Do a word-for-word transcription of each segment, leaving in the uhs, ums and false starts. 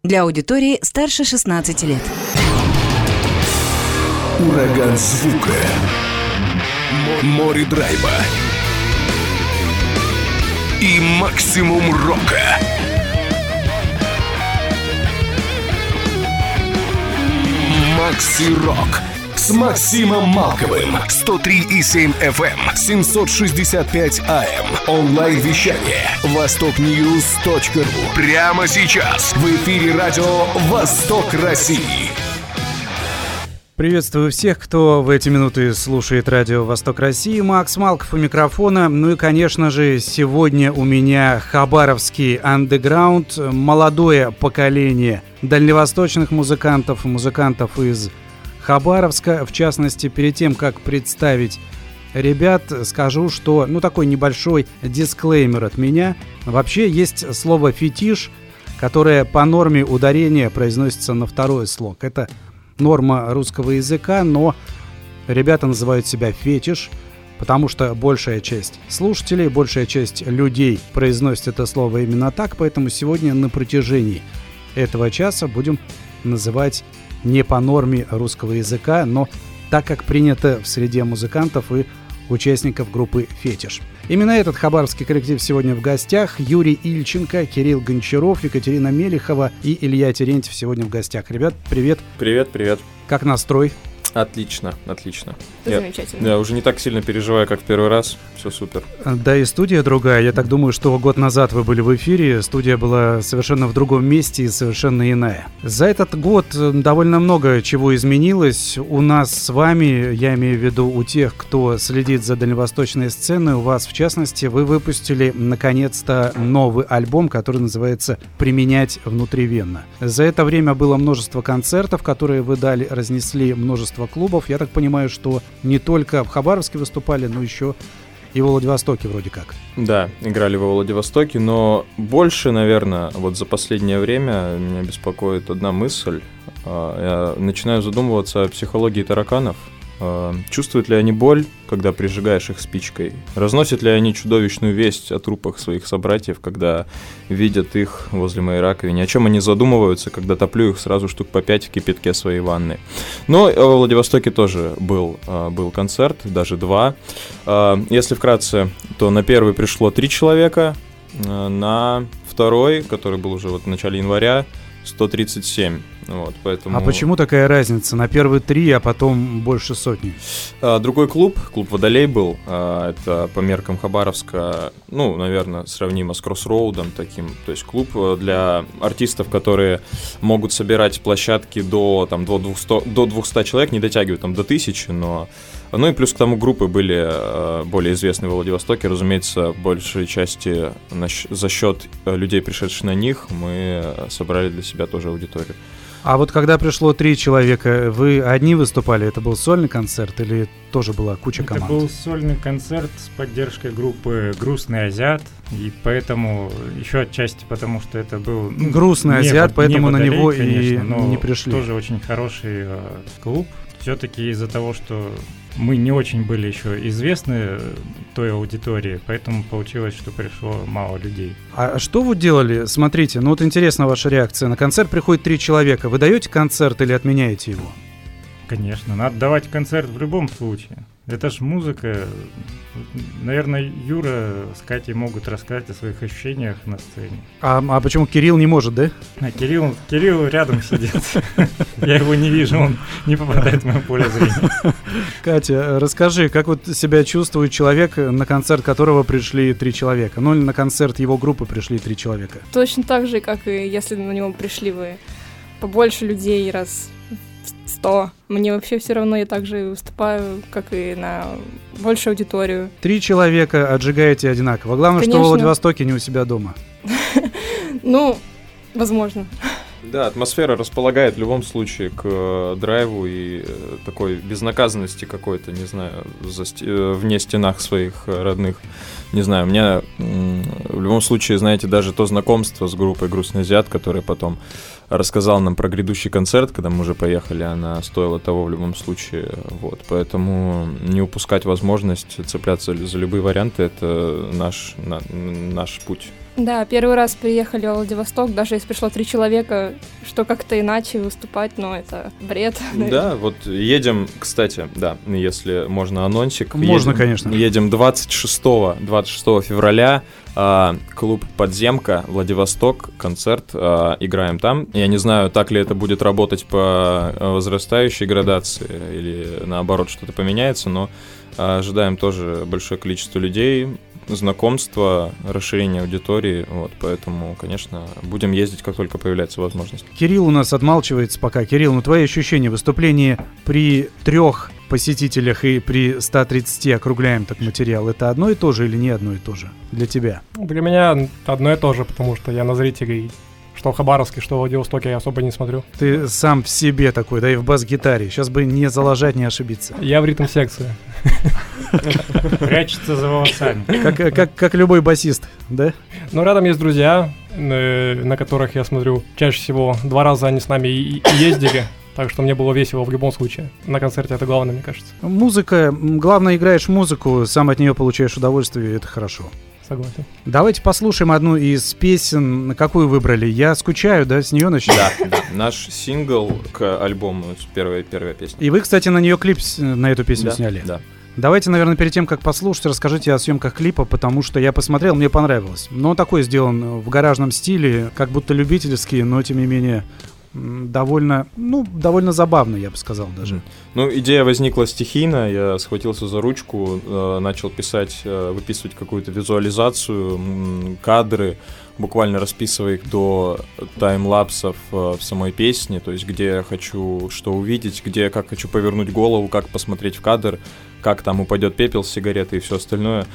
Для аудитории старше шестнадцати лет. Ураган звука. Море драйва. И максимум рока. Макси Рок с Максимом Малковым. сто три и семь эф эм, семьсот шестьдесят пять а эм. Онлайн-вещание восток ньюс точка ру. Прямо сейчас в эфире радио «Восток России». Приветствую всех, кто в эти минуты слушает радио «Восток России». Макс Малков у микрофона. Ну и, конечно же, сегодня у меня хабаровский андеграунд, молодое поколение дальневосточных музыкантов, музыкантов из Хабаровска. В частности, перед тем, как представить ребят, скажу, что, ну, такой небольшой дисклеймер от меня. Вообще есть слово «фетиш», которое по норме ударения произносится на второй слог. Это норма русского языка, но ребята называют себя фетиш, потому что большая часть слушателей, большая часть людей произносит это слово именно так, поэтому сегодня на протяжении этого часа будем называть не по норме русского языка, но так, как принято в среде музыкантов и участников группы «Фетиш». Именно этот хабаровский коллектив сегодня в гостях. Юрий Ильченко, Кирилл Гончаров, Екатерина Мелехова и Илья Терентьев сегодня в гостях. Ребят, привет. Привет, привет. Как настрой? Отлично, отлично. Я, Замечательно. Я уже не так сильно переживаю, как в первый раз. Все супер. Да и студия другая. Я так думаю, что год назад вы были в эфире. Студия была совершенно в другом месте и совершенно иная. За этот год довольно много чего изменилось. У нас с вами, я имею в виду у тех, кто следит за дальневосточной сценой, у вас в частности, вы выпустили наконец-то новый альбом, который называется «Применять внутривенно». За это время было множество концертов, которые вы дали, разнесли множество клубов. Я так понимаю, что не только в Хабаровске выступали, но еще и в Владивостоке вроде как. Да, играли во Владивостоке, но больше, наверное, вот за последнее время меня беспокоит одна мысль. Я начинаю задумываться о психологии тараканов. Чувствуют ли они боль, когда прижигаешь их спичкой? Разносят ли они чудовищную весть о трупах своих собратьев, когда видят их возле моей раковины? О чем они задумываются, когда топлю их сразу штук по пять в кипятке своей ванны? Но во Владивостоке тоже был, был концерт, даже два. Если вкратце, то на первый пришло три человека, на второй, который был уже вот в начале января, сто тридцать семь. Вот, поэтому... А почему такая разница? На первые три, а потом больше сотни? А, другой клуб, клуб «Водолей» был. А, это по меркам Хабаровска, ну, наверное, сравнимо с Кроссроудом таким. То есть клуб для артистов, которые могут собирать площадки до, там, до двухсот, до двухсот человек, не дотягивают там, до тысячи, но... Ну и плюс к тому группы были э, более известны во Владивостоке. Разумеется, в большей части на, за счет людей, пришедших на них, мы собрали для себя тоже аудиторию. А вот когда пришло три человека, вы одни выступали? Это был сольный концерт или тоже была куча команд? Это был сольный концерт с поддержкой группы «Грустный азиат», и поэтому, еще отчасти потому, что это был... Ну, «Грустный не, азиат», поэтому не водолей, на него конечно, и не пришли. Тоже очень хороший э, клуб. Все-таки из-за того, что мы не очень были еще известны той аудитории, поэтому получилось, что пришло мало людей. А что вы делали? Смотрите, ну вот интересна ваша реакция. На концерт приходит три человека. Вы даете концерт или отменяете его? Конечно, надо давать концерт в любом случае. Это ж музыка. Наверное, Юра с Катей могут рассказать о своих ощущениях на сцене. А, а почему Кирилл не может, да? А Кирилл, Кирилл рядом сидит. Я его не вижу, он не попадает в мое поле зрения. Катя, расскажи, как вот себя чувствует человек, на концерт которого пришли три человека? Ну или на концерт его группы пришли три человека? Точно так же, как и если на него пришли вы побольше людей, раз сто. Мне вообще все равно, я также выступаю, как и на большую аудиторию. Три человека отжигаете одинаково. Главное, Конечно. что во Владивостоке не у себя дома. Ну, возможно. Да, атмосфера располагает в любом случае к э, драйву и э, такой безнаказанности какой-то, не знаю, за ст- э, вне стенах своих э, родных. Не знаю, у меня э, в любом случае, знаете, даже то знакомство с группой «Грустный азиат», которая потом рассказала нам про грядущий концерт, когда мы уже поехали, она стоила того в любом случае. Вот, поэтому не упускать возможность цепляться за любые варианты — это наш, на, наш путь. Да, первый раз приехали в Владивосток, даже если пришло три человека, что как-то иначе выступать, но это бред. Да, вот едем, кстати, да, если можно анонсик. Можно, едем, конечно. Едем двадцать шестого февраля, э, клуб «Подземка», Владивосток, концерт, э, играем там. Я не знаю, так ли это будет работать по возрастающей градации или наоборот что-то поменяется, но э, ожидаем тоже большое количество людей, знакомства, расширение аудитории, вот, поэтому, конечно, будем ездить, как только появляется возможность. Кирилл у нас отмалчивается пока. Кирилл, ну твои ощущения выступления при трех посетителях и при ста тридцати, округляем так материал, это одно и то же или не одно и то же для тебя? Для меня одно и то же, потому что я на зрителей, что в Хабаровске, что в Владивостоке, я особо не смотрю. Ты сам в себе такой, да, и в бас-гитаре. Сейчас бы не залажать, не ошибиться. Я в ритм-секции. Прячется за волосами. Как, как, как любой басист, да? Но рядом есть друзья, на которых я смотрю. Чаще всего два раза они с нами и ездили. Так что мне было весело в любом случае. На концерте это главное, мне кажется. Музыка, главное, играешь музыку, сам от нее получаешь удовольствие, и это хорошо. Согласен. Давайте послушаем одну из песен. Какую выбрали? «Я скучаю», да? С нее начнем? Да, да. Наш сингл к альбому, первая, первая песня. И вы, кстати, на нее клип, на эту песню да, сняли? Да. Давайте, наверное, перед тем, как послушать, расскажите о съемках клипа, потому что я посмотрел, мне понравилось. Но он такой сделан в гаражном стиле, как будто любительский, но, тем не менее, довольно, ну, довольно забавно, я бы сказал даже. Ну, идея возникла стихийно, я схватился за ручку, э, начал писать, э, выписывать какую-то визуализацию, м, кадры, буквально расписывая их до таймлапсов э, в самой песне, то есть где я хочу что увидеть, где как хочу повернуть голову, как посмотреть в кадр, как там упадет пепел с сигареты и все остальное.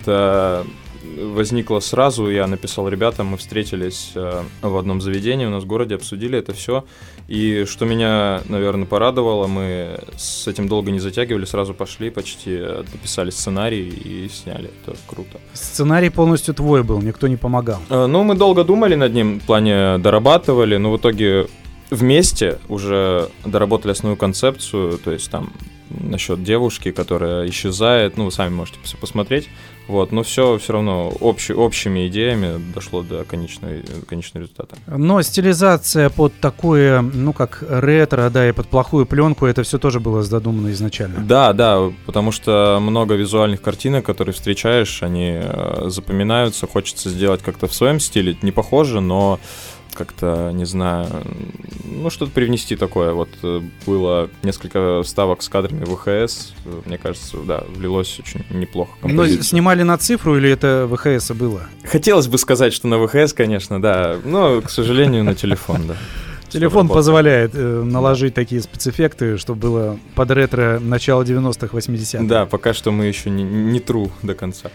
Это возникло сразу, я написал ребятам, мы встретились э, в одном заведении у нас в городе, обсудили это все. И что меня, наверное, порадовало, мы с этим долго не затягивали, сразу пошли, почти дописали сценарий и сняли. Это круто. Сценарий полностью твой был, никто не помогал. Э, ну, мы долго думали над ним, в плане дорабатывали, но в итоге вместе уже доработали основную концепцию, то есть там насчет девушки, которая исчезает, ну, вы сами можете все посмотреть, вот, но все все равно общ, общими идеями дошло до конечной, конечного результата. Но стилизация под такое, ну, как ретро, да, и под плохую пленку, это все тоже было задумано изначально. Да, да, потому что много визуальных картинок, которые встречаешь, они э, запоминаются, хочется сделать как-то в своем стиле, не похоже, но как-то, не знаю, ну, что-то привнести такое. Вот было несколько вставок с кадрами ВХС, мне кажется, да, влилось очень неплохо. Но снимали на цифру или это ВХС было? Хотелось бы сказать, что на ВХС, конечно, да, но, к сожалению, на телефон, да. Телефон позволяет э, наложить такие спецэффекты, чтобы было под ретро начала девяностых, восьмидесятых. Да, пока что мы еще не, не тру до конца.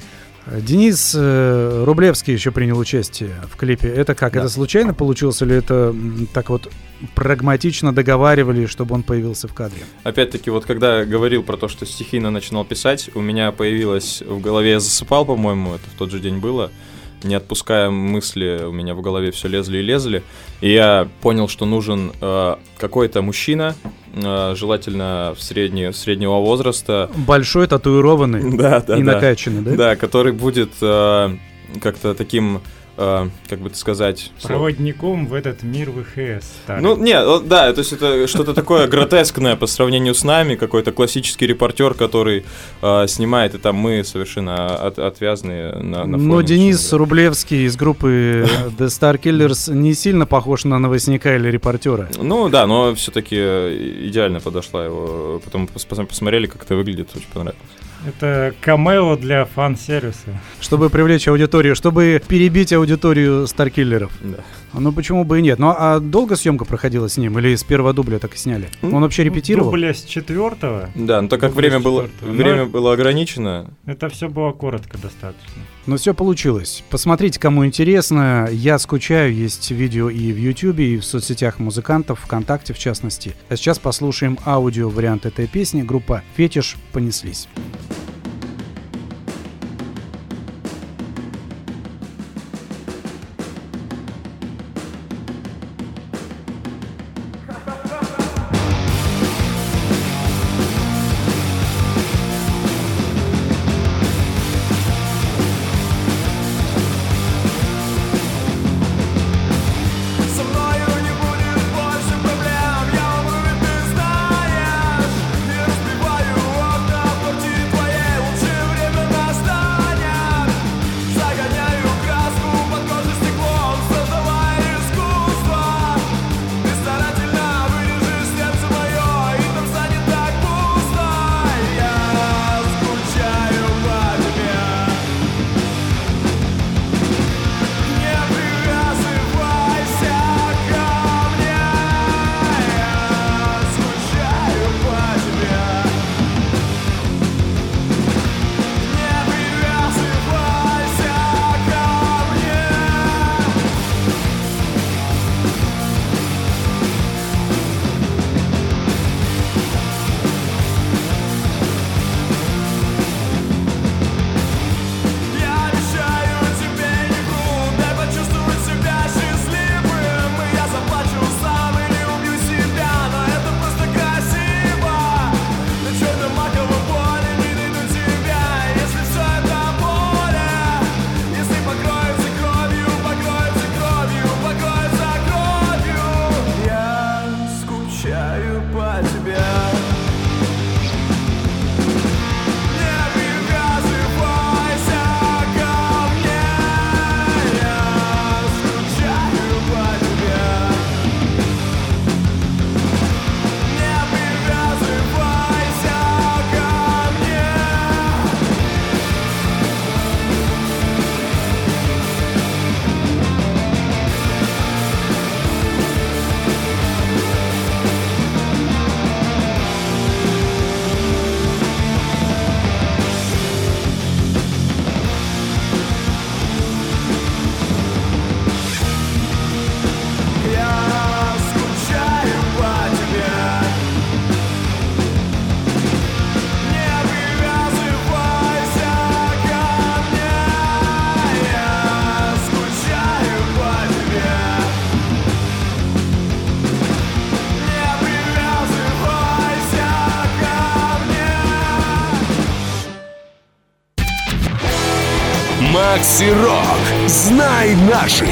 Денис э, Рублевский еще принял участие в клипе. Это как? Да. Это случайно получилось или это так вот прагматично договаривались, чтобы он появился в кадре? Опять-таки, вот когда я говорил про то, что стихийно начинал писать, у меня появилось в голове, я засыпал, по-моему, это в тот же день было, не отпуская мысли, у меня в голове все лезли и лезли, и я понял, что нужен э, какой-то мужчина, э, желательно в средне, среднего возраста. Большой, татуированный да, да, и да. накачанный, да? Да, который будет э, как-то таким... Uh, как бы сказать... Проводником в этот мир ВХС. Старый. Ну, нет, да, то есть это что-то такое гротескное по сравнению с нами, какой-то классический репортер, который uh, снимает, и там мы совершенно от, отвязные на, на фоне. Но Денис Рублевский из группы The Star Killers не сильно похож на новостника или репортера. Ну, да, но все-таки идеально подошла его. Потом посмотрели, как это выглядит, очень понравилось. Это камео для фан-сервиса. Чтобы привлечь аудиторию, чтобы перебить аудиторию старкиллеров. Да. Ну почему бы и нет? Ну а долго съемка проходила с ним? Или с первого дубля так и сняли? Он вообще репетировал? Дубля с четвертого. Да, но так как время было, время было ограничено. Это все было коротко достаточно. Но все получилось. Посмотрите, кому интересно. «Я скучаю» есть видео и в Ютубе, и в соцсетях музыкантов, ВКонтакте в частности. А сейчас послушаем аудио-вариант этой песни. Группа «Фетиш», «Понеслись». Со мною не будет Макси Рок. Знай наших.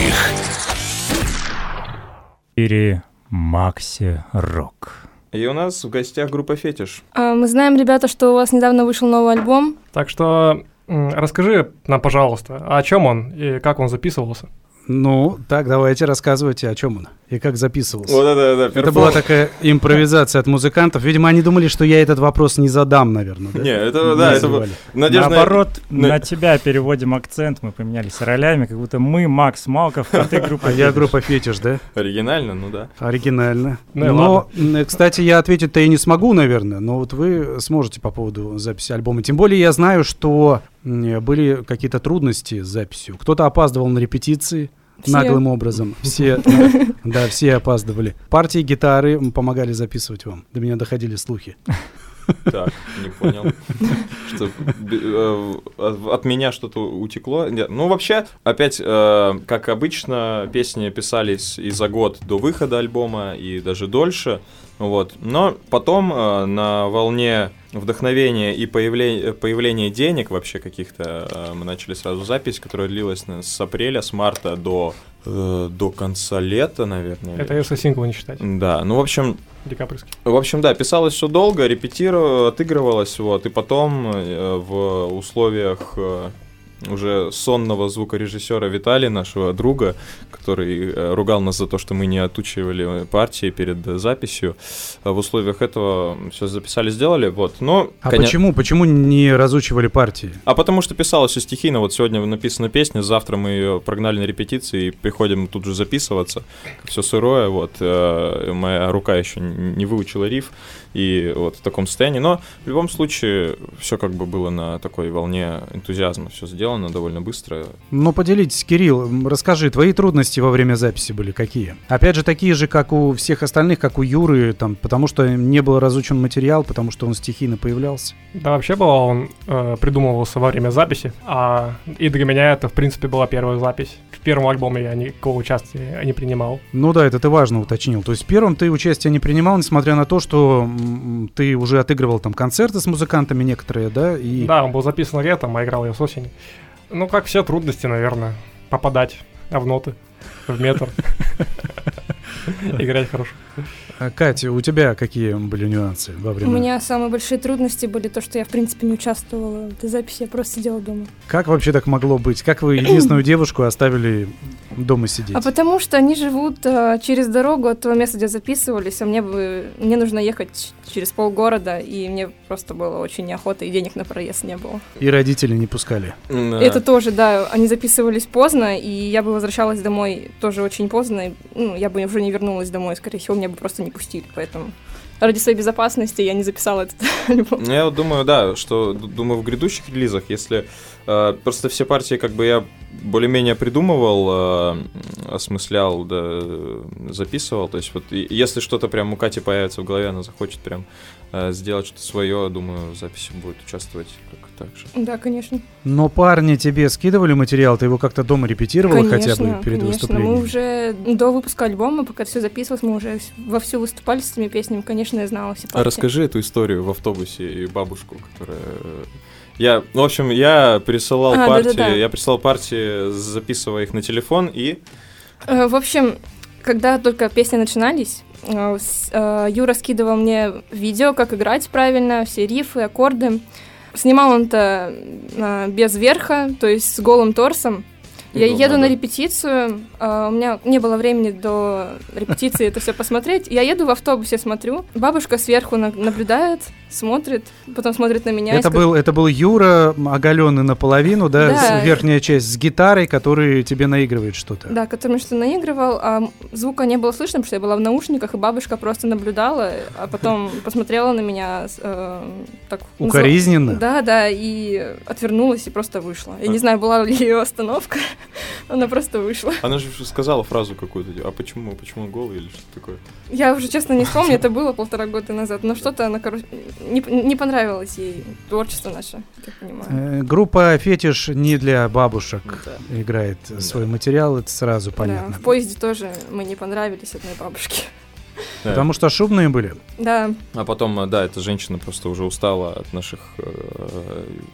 Или Макси Рок. И у нас в гостях группа «Фетиш». А, мы знаем, ребята, что у вас недавно вышел новый альбом. Так что м, расскажи нам, пожалуйста, о чем он и как он записывался. Ну, так, давайте рассказывайте, о чем он и как записывался. Вот это, да, Это перформ- была такая импровизация от музыкантов. Видимо, они думали, что я этот вопрос не задам, наверное. Да? Не, это, да, Не это было... звали. Надежда... Наоборот, на- на тебя переводим акцент, мы поменялись ролями, как будто мы Макс Малков, а ты группа А я «Фетиш». группа «Фетиш», да? Оригинально, ну да. Оригинально. Ну и Но, м, кстати, я ответить-то и не смогу, наверное, но вот вы сможете по поводу записи альбома. Тем более я знаю, что м, были какие-то трудности с записью. Кто-то опаздывал на репетиции. Все. Наглым образом. Все, да, все опаздывали. Партии гитары помогали записывать вам. До меня доходили слухи. Так, не понял. Что э, от меня что-то утекло. Нет, ну, вообще, опять, э, как обычно, песни писались и за год до выхода альбома, и даже дольше. Вот. Но потом э, на волне вдохновения и появления, появления денег вообще каких-то э, мы начали сразу запись, которая длилась наверное, с апреля, с марта до, э, до конца лета, наверное. Это если синглы не считать, Да, ну, в общем... декабрьский. В общем, да, писалось все долго, репетировалось, отыгрывалось, вот, и потом э, в условиях э, уже сонного звукорежиссера Виталия, нашего друга, который э, ругал нас за то, что мы не отучивали партии перед э, записью, э, в условиях этого все записали, сделали, вот, но... А коня- почему? Почему не разучивали партии? А потому что писалось все стихийно, вот сегодня написана песня, завтра мы ее прогнали на репетиции и приходим тут же записываться, все сырое, вот, э, моя рука еще не выучила риф, и вот в таком состоянии, но в любом случае все как бы было на такой волне энтузиазма, все сделано довольно быстро. Ну, поделитесь, Кирилл, м, расскажи, твои трудности во время записи были какие? Опять же, такие же, как у всех остальных, как у Юры, там, потому что не был разучен материал, потому что он стихийно появлялся. Да, вообще было, он э, придумывался во время записи, а и для меня это, в принципе, была первая запись. В первом альбоме я никакого участия не принимал. Ну да, это ты важно уточнил. То есть в первом ты участия не принимал, несмотря на то, что м, ты уже отыгрывал там концерты с музыкантами некоторые, да? И... Да, он был записан летом, а играл я с осени. Ну, как все трудности, наверное, попадать в ноты, в метр, играть хорошо. А, Катя, у тебя какие были нюансы во У время? меня самые большие трудности были то, что я, в принципе, не участвовала в этой записи, я просто сидела дома. Как вообще так могло быть? Как вы единственную девушку оставили дома сидеть? А потому что они живут э, через дорогу от того места, где записывались, а мне бы мне нужно ехать через полгорода, и мне просто было очень неохота, и денег на проезд не было. И родители не пускали. Да. Это тоже, да, они записывались поздно, и я бы возвращалась домой тоже очень поздно, и, ну, я бы уже не вернулась домой, скорее всего, меня бы просто не пустили, поэтому ради своей безопасности я не записала этот альбом. Я вот думаю, да, что д- думаю в грядущих релизах, если э, просто все партии как бы я более-менее придумывал, э, осмыслял, да, записывал, то есть вот и, если что-то прям у Кати появится в голове, она захочет прям э, сделать что-то свое, думаю, в записи будет участвовать как так же. Да, конечно. Но парни тебе скидывали материал, ты его как-то дома репетировала Конечно, хотя бы перед конечно. выступлением? Мы уже до выпуска альбома, пока все записывалось, мы уже вовсю выступали с этими песнями, конечно, я знала все партии. А расскажи эту историю в автобусе и бабушку, которая... Я, ну, в общем, я присылал А, партии, да-да-да. я присылал партии, записывая их на телефон, и... Э, В общем, когда только песни начинались, э, с- э, Юра скидывал мне видео, как играть правильно, все рифы, аккорды. Снимал он-то э, без верха, то есть с голым торсом. Я Удобно, еду да. на репетицию, а, у меня не было времени до репетиции это все посмотреть. Я еду в автобусе, смотрю, бабушка сверху на- наблюдает, смотрит, потом смотрит на меня. и Это ска- был, это был Юра, оголенный наполовину, да, Да. с- верхняя часть с гитарой, который тебе наигрывает что-то. Да, который что наигрывал, а м- звука не было слышно, потому что я была в наушниках, и бабушка просто наблюдала, а потом посмотрела на меня с, э, так... назва- Укоризненно? Да, да, и отвернулась, и просто вышла. Я не знаю, была ли ее остановка, она просто вышла. Она же сказала фразу какую-то, а почему, почему он голый или что-то такое? Я уже, честно, не вспомню, это было полтора года назад, но что-то она, короче, не, не понравилось ей творчество наше, я так понимаю. Э, Группа «Фетиш» не для бабушек Да. играет свой материал, это сразу понятно. Да, в поезде тоже мы не понравились одной бабушке. Да. Потому что шумные были. Да, А потом, да, эта женщина просто уже устала от наших э,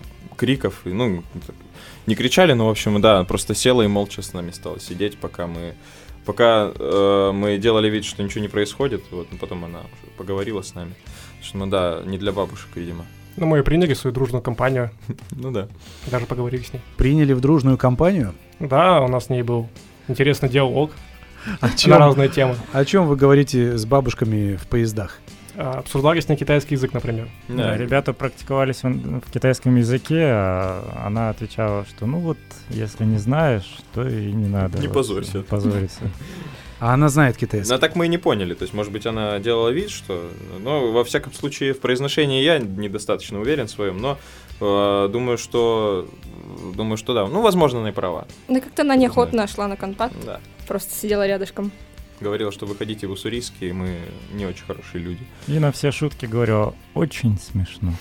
криков, и, ну, не кричали, но, в общем, да, просто села и молча с нами стала сидеть, пока мы, пока э, мы делали вид, что ничего не происходит, вот, но потом она уже поговорила с нами, что, ну да, не для бабушек, видимо. Ну, мы и приняли свою дружную компанию. Ну да. Даже поговорили с ней. Приняли в дружную компанию? Да, у нас с ней был интересный диалог О на чем, разные темы. о чем вы говорите с бабушками в поездах? А, Обсуждали с ней китайский язык, например. Да, Да. ребята практиковались в, в китайском языке, а она отвечала, что ну вот, если не знаешь, то и не надо. Не вот, позорься. Позориться. А она знает китайский? Ну, так мы и не поняли, то есть, может быть, она делала вид, что... Но, во всяком случае, в произношении я недостаточно уверен в своем, но э, думаю, что... Думаю, что да. Ну, возможно, она и права. Да как-то она неохотно шла на контакт, Да. просто сидела рядышком. Говорила, что выходите в уссурийские, мы не очень хорошие люди. И на все шутки говорю, очень смешно.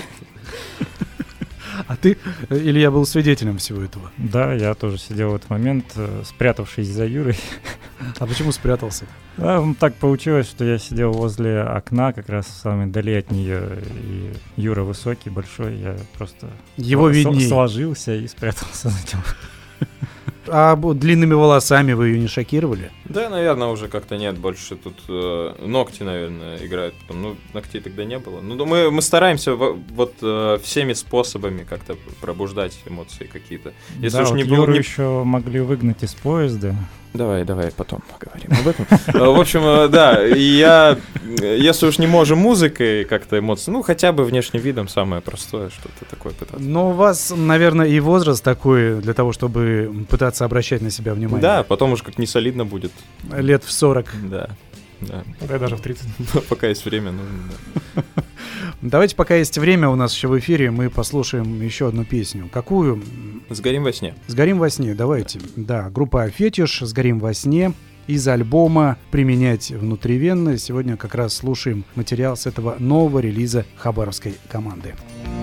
А ты, Илья, был свидетелем всего этого? Да, я тоже сидел в этот момент, э, спрятавшись за Юрой. А почему спрятался? А, м, так получилось, что я сидел возле окна, как раз в самой дали от нее, и Юра высокий, большой, я просто Его с- видней. сложился и спрятался за ним. А бу- длинными волосами вы ее не шокировали? Да, наверное, уже как-то нет, больше тут э, ногти, наверное, играют. Потом, ну, ногтей тогда не было. Ну, да мы, мы стараемся во- вот э, всеми способами как-то пробуждать эмоции какие-то. Если Да, уж вот не было... Юру не- еще могли выгнать из поезда. Давай, давай, потом поговорим об этом. В общем, э, да, и я, э, если уж не можем музыкой как-то эмоции, ну, хотя бы внешним видом самое простое, что-то такое пытаться. Но у вас, наверное, и возраст такой для того, чтобы пытаться обращать на себя внимание. Да, потом уж как не солидно будет. Лет в сорок. Да, да. Да и даже в тридцать. Пока есть время, ну, да. Давайте, пока есть время у нас еще в эфире, мы послушаем еще одну песню. Какую? Сгорим во сне. «Сгорим во сне», давайте. Да, группа «Фетиш», «Сгорим во сне». Из альбома «Применять внутривенно». Сегодня как раз слушаем материал с этого нового релиза хабаровской команды.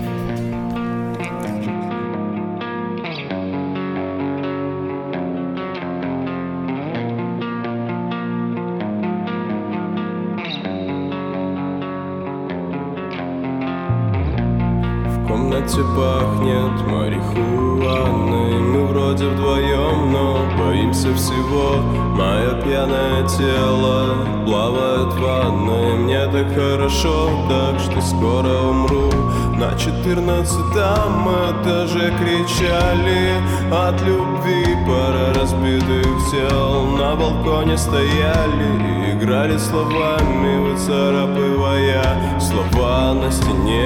В комнате пахнет марихуаной. Мы вроде вдвоем, но боимся всего. Мое пьяное тело плавает в ванной. Мне так хорошо, так что скоро умру. На четырнадцатом этаже кричали от любви. Пара разбитых тел на балконе стояли и играли словами, выцарапывая слова на стене.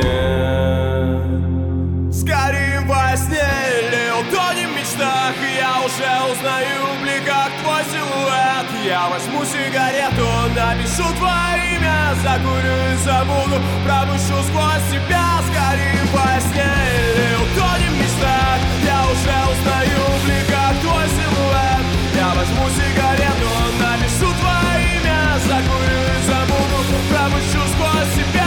Сгорим во сне или утонем в мечтах, и я уже узнаю в бликах твой силуэт. Я возьму сигарету, напишу твое имя, закурю и забуду, пропущу сквозь себя. Сгорим во сне или утонем в мечтах, я уже узнаю в бликах твой силуэт. Я возьму сигарету, напишу твое имя, закурю и забуду, пропущу сквозь себя.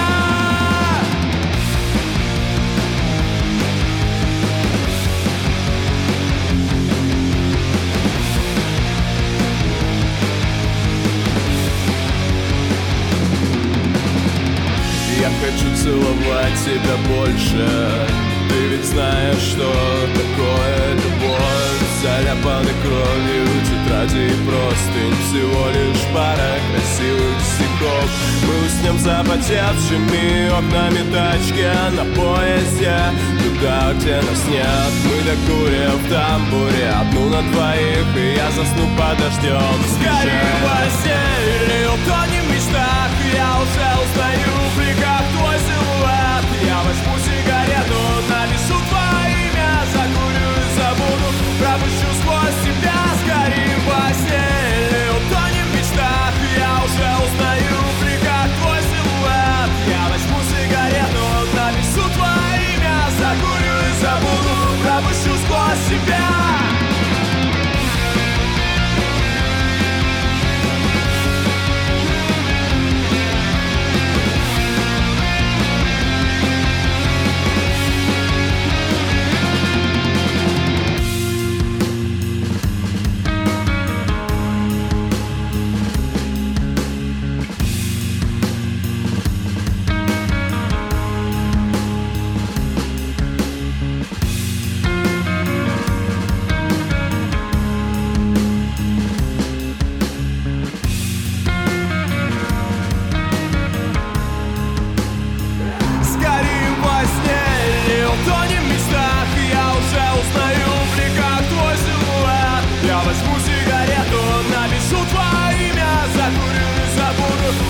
Я хочу целовать тебя больше. Ты ведь знаешь, что такое любовь. Заляпаны кровью тетради и простынь. Всего лишь пара красивых стихов. Мы уснем запотевшими окнами тачки на поезде, туда, где нас нет. Мы докурим в тамбуре одну на двоих, и я засну под дождем. Сгорим во сне или утонем в мечтах, я уже узнаю в бликах твой силуэт. Я возьму сигарету, напишу твое имя, закурю и забуду, пропущу сквозь тебя. Сгорим во сне или утонем в мечтах, я уже узнаю в бликах твой силуэт. Я возьму сигарету, напишу твое имя, закурю и забуду, пропущу сквозь себя.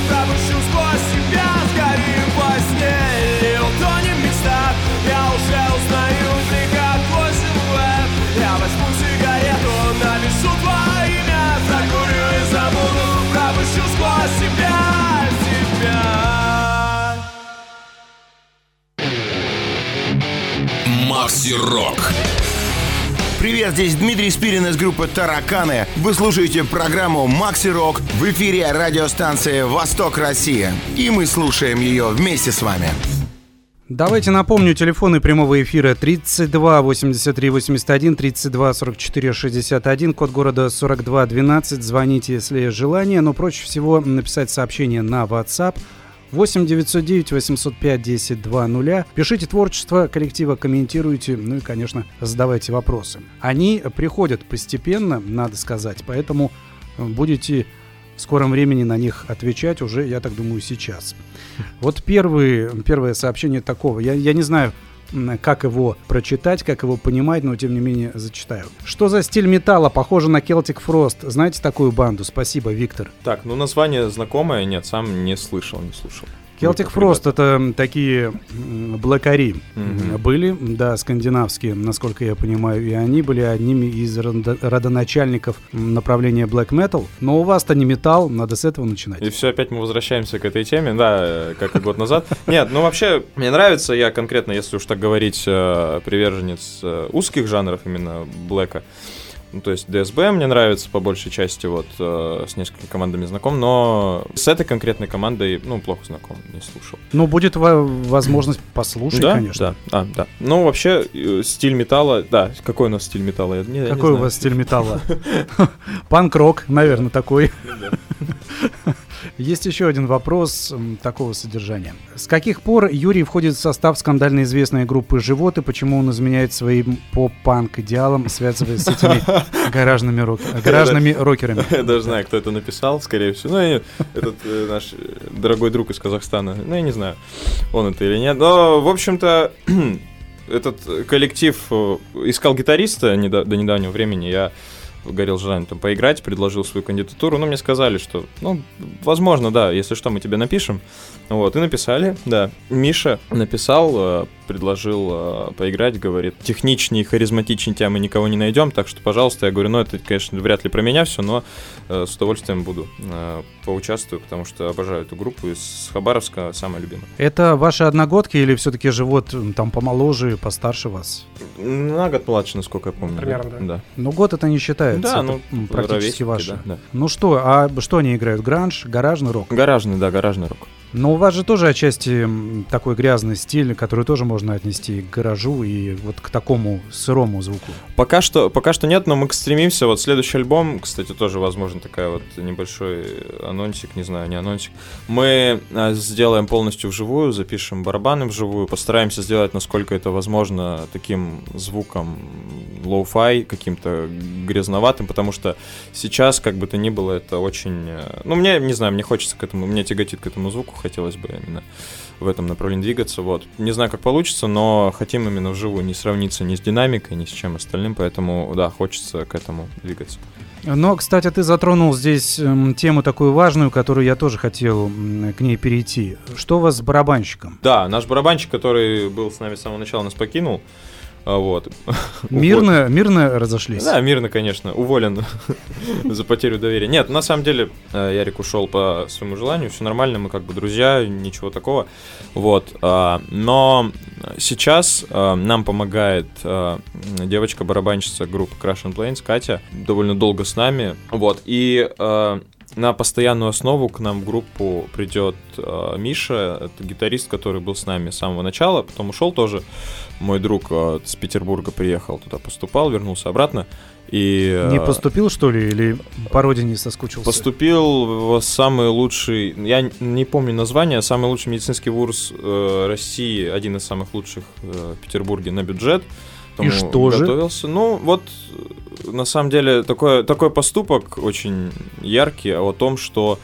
пропущу сквозь себя, сгорим во сне или утонем в мечтах. Я уже узнаю издалека твой силуэт. Я возьму сигарету, напишу твое имя, закурю и забуду, пропущу сквозь себя, себя. Макси Рок. Привет, здесь Дмитрий Спирин из группы «Тараканы». Вы слушаете программу «Макси Рок» в эфире радиостанции «Восток Россия». И мы слушаем ее вместе с вами. Давайте напомню, телефоны прямого эфира тридцать два восемьдесят три восемьдесят один, тридцать два сорок четыре шестьдесят один, код города сорок два двенадцать. Звоните, если есть желание, но проще всего написать сообщение на WhatsApp восемь девятьсот девять восемьсот пять десять двадцать. Пишите творчество коллектива, комментируйте, ну и, конечно, задавайте вопросы. Они приходят постепенно, надо сказать, поэтому будете в скором времени на них отвечать уже, я так думаю, сейчас. Вот первый, первое сообщение такого. Я, я не знаю, как его прочитать, как его понимать, но тем не менее зачитаю. Что за стиль металла? Похоже на Celtic Frost. Знаете такую банду? Спасибо, Виктор. Так, ну название знакомое, нет, сам не слышал, не слушал. Celtic Frost — это такие блэкари mm-hmm. были, да, скандинавские, насколько я понимаю, и они были одними из родоначальников направления black metal. Но у вас-то не металл, надо с этого начинать. И все, опять мы возвращаемся к этой теме, да, как и год назад. Нет, ну вообще, мне нравится, я конкретно, если уж так говорить, приверженец узких жанров именно блэка. Ну, то есть ди эс би мне нравится по большей части, вот, э, с несколькими командами знаком, но с этой конкретной командой, ну, плохо знаком, не слушал. Ну, будет возможность послушать, да? конечно. Да, а, да. Ну, вообще, э, стиль металла, да, какой у нас стиль металла? Я, не, какой я у вас стиль металла? Панк-рок, наверное, такой. Есть еще один вопрос м, такого содержания. С каких пор Юрий входит в состав скандально известной группы «Живот» и почему он изменяет своим поп-панк идеалам, связываясь с этими гаражными, рок... гаражными рокерами? Я даже знаю, кто это написал, скорее всего. Ну, я, этот э, наш дорогой друг из Казахстана. Ну, я не знаю, он это или нет. Но, в общем-то, этот коллектив искал гитариста недо... до недавнего времени. Я горел желанием там поиграть, предложил свою кандидатуру, но мне сказали, что, ну, возможно, да, если что, мы тебе напишем. Вот, и написали, да. Миша написал, предложил поиграть, говорит, техничнее, харизматичнее тебя мы никого не найдем, так что, пожалуйста, я говорю, ну, это, конечно, вряд ли про меня все, но с удовольствием буду поучаствую, потому что обожаю эту группу из Хабаровска, самая любимая. Это ваши одногодки или все-таки «Живот» там помоложе, постарше вас? На год младше, насколько я помню. Примерно, да. да. Ну, год это не считается, да, это ну, практически ваше. Да, да. Ну что, а что они играют? Гранж, гаражный рок? Гаражный, да, гаражный рок. Но у вас же тоже отчасти такой грязный стиль, который тоже можно отнести к гаражу и вот к такому сырому звуку. Пока что, пока что нет, но мы стремимся. Вот следующий альбом, кстати, тоже, возможно, такая вот небольшой анонсик, не знаю, не анонсик. Мы сделаем полностью вживую, запишем барабаны вживую, постараемся сделать, насколько это возможно, таким звуком лоу-фай, каким-то грязноватым, потому что сейчас, как бы то ни было, это очень... Ну, мне, не знаю, мне хочется к этому, мне тяготит к этому звуку, хотелось бы именно в этом направлении двигаться, вот. Не знаю, как получится, но хотим именно вживую не сравниться ни с динамикой, ни с чем остальным, поэтому, да, хочется к этому двигаться. Но, кстати, ты затронул здесь м, тему такую важную, которую я тоже хотел м, к ней перейти. Что у вас с барабанщиком? Да, наш барабанщик, который был с нами с самого начала, нас покинул. Вот. Мирно, мирно разошлись? Да, мирно, конечно. Уволен за потерю доверия. Нет, на самом деле Ярик ушел по своему желанию, все нормально, мы как бы друзья, ничего такого. Вот. Но сейчас нам помогает девочка-барабанщица группы Crash and Planes, Катя, довольно долго с нами. Вот. И на постоянную основу к нам в группу придет э, Миша, это гитарист, который был с нами с самого начала, потом ушел тоже. Мой друг э, с Петербурга приехал, туда поступал, вернулся обратно. И, э, не поступил, что ли, или по родине соскучился? Поступил в самый лучший, я не помню название, самый лучший медицинский вуз э, России, один из самых лучших э, в Петербурге на бюджет. И что же? Готовился. Ну, вот, на самом деле, такой, такой поступок очень яркий о том, что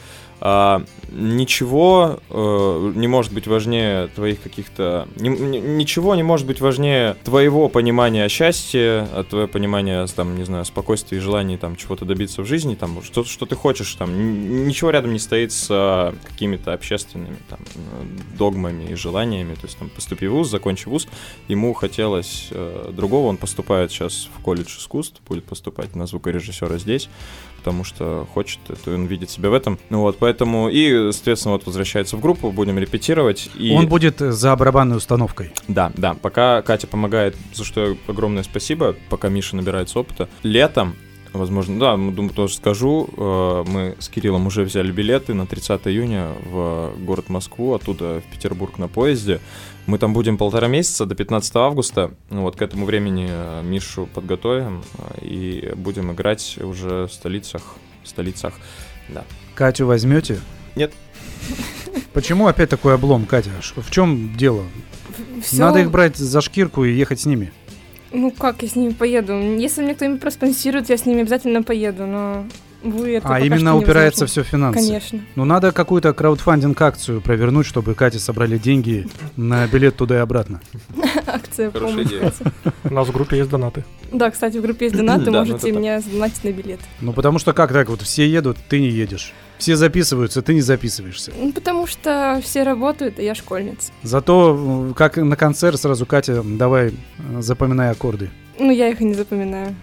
А, ничего э, не может быть важнее твоих каких-то... Ни, ни, ничего не может быть важнее твоего понимания счастья, твоего понимания, там, не знаю, спокойствия и желания там, чего-то добиться в жизни, там, что, что ты хочешь, там, ничего рядом не стоит с а, какими-то общественными там, догмами и желаниями. То есть, там, поступи в вуз, закончи вуз, ему хотелось э, другого, он поступает сейчас в колледж искусств, будет поступать на звукорежиссера здесь, потому что хочет, это, он видит себя в этом. Ну вот, поэтому, и, соответственно, вот возвращается в группу, будем репетировать. И... Он будет за барабанной установкой. Да, да, пока Катя помогает, за что огромное спасибо, пока Миша набирается опыта. Летом, возможно, да, думаю, тоже скажу, мы с Кириллом уже взяли билеты на тридцатое июня в город Москву, оттуда в Петербург на поезде. Мы там будем полтора месяца, до пятнадцатого августа. Вот к этому времени Мишу подготовим и будем играть уже в столицах. В столицах, да. Катю возьмете? Нет. Почему опять такой облом, Катя? В чем дело? Всё... Надо их брать за шкирку и ехать с ними. Ну как я с ними поеду? Если мне кто-нибудь проспонсирует, я с ними обязательно поеду, но... Вы это а именно упирается все в финансы. Конечно. Ну надо какую-то краудфандинг-акцию провернуть, чтобы Кате собрали деньги на билет туда и обратно. Акция помощи. У нас в группе есть донаты. Да, кстати, в группе есть донаты, можете мне задонатить на билет. Ну потому что как так, вот все едут, ты не едешь. Все записываются, ты не записываешься. Ну потому что все работают, а я школьница. Зато, как на концерт, сразу, Катя, давай запоминай аккорды. Ну я их и не запоминаю.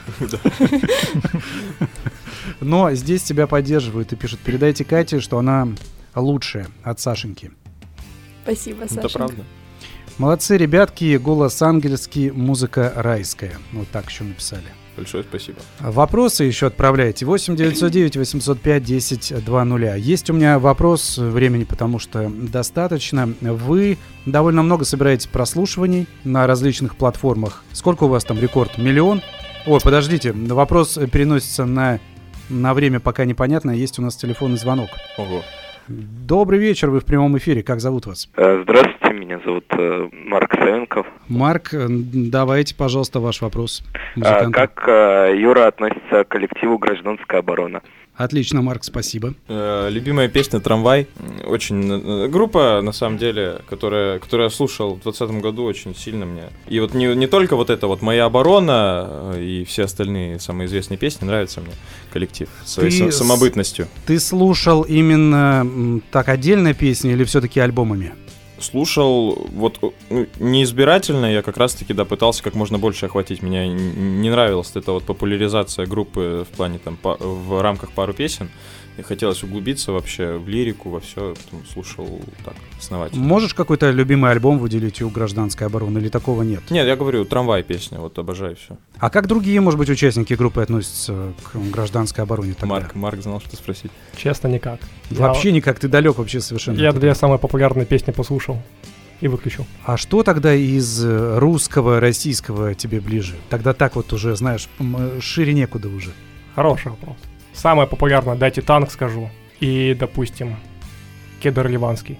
Но здесь тебя поддерживают и пишут: передайте Кате, что она лучшая от Сашеньки. Спасибо, Саша. Это правда. Молодцы, ребятки, голос ангельский, музыка райская. Вот так еще написали. Большое спасибо. Вопросы еще отправляйте. восемь девятьсот девять восемьсот пять десять двадцать. Есть у меня вопрос, времени потому что достаточно. Вы довольно много собираете прослушиваний на различных платформах. Сколько у вас там рекорд? Миллион? Ой, подождите, вопрос переносится на, на время, пока непонятно. Есть у нас телефонный звонок. Ого. Добрый вечер, вы в прямом эфире. Как зовут вас? Здравствуйте, меня зовут э, Марк Савенков. Марк, давайте, пожалуйста, ваш вопрос. А, как э, Юра относится к коллективу «Гражданская оборона»? Отлично, Марк, спасибо. Э, любимая песня «Трамвай». Очень группа, на самом деле, которая, которую я слушал в двадцатом году очень сильно мне. И вот не, не только вот это вот «Моя оборона» и все остальные самые известные песни, нравится мне коллектив своей ты самобытностью. Ты слушал именно так отдельно песни или все-таки альбомами? Слушал, вот ну, неизбирательно, я как раз-таки, да, пытался как можно больше охватить. Меня не нравилась эта вот популяризация группы в плане, там, по, в рамках пару песен. И хотелось углубиться вообще в лирику, во все, слушал так, основательно. Можешь какой-то любимый альбом выделить у «Гражданской обороны» или такого нет? Нет, я говорю, «Трамвай» песня, вот обожаю все. А как другие, может быть, участники группы относятся к «Гражданской обороне» тогда? Марк, Марк знал, что спросить. Честно, никак. Вообще я... никак, ты далек вообще совершенно. Я две самые популярные песни послушал и выключил. А что тогда из русского, российского тебе ближе? Тогда так вот уже, знаешь, шире некуда уже. Хороший вопрос. Самое популярное, дайте танк, скажу. И, допустим, Кедр Ливанский.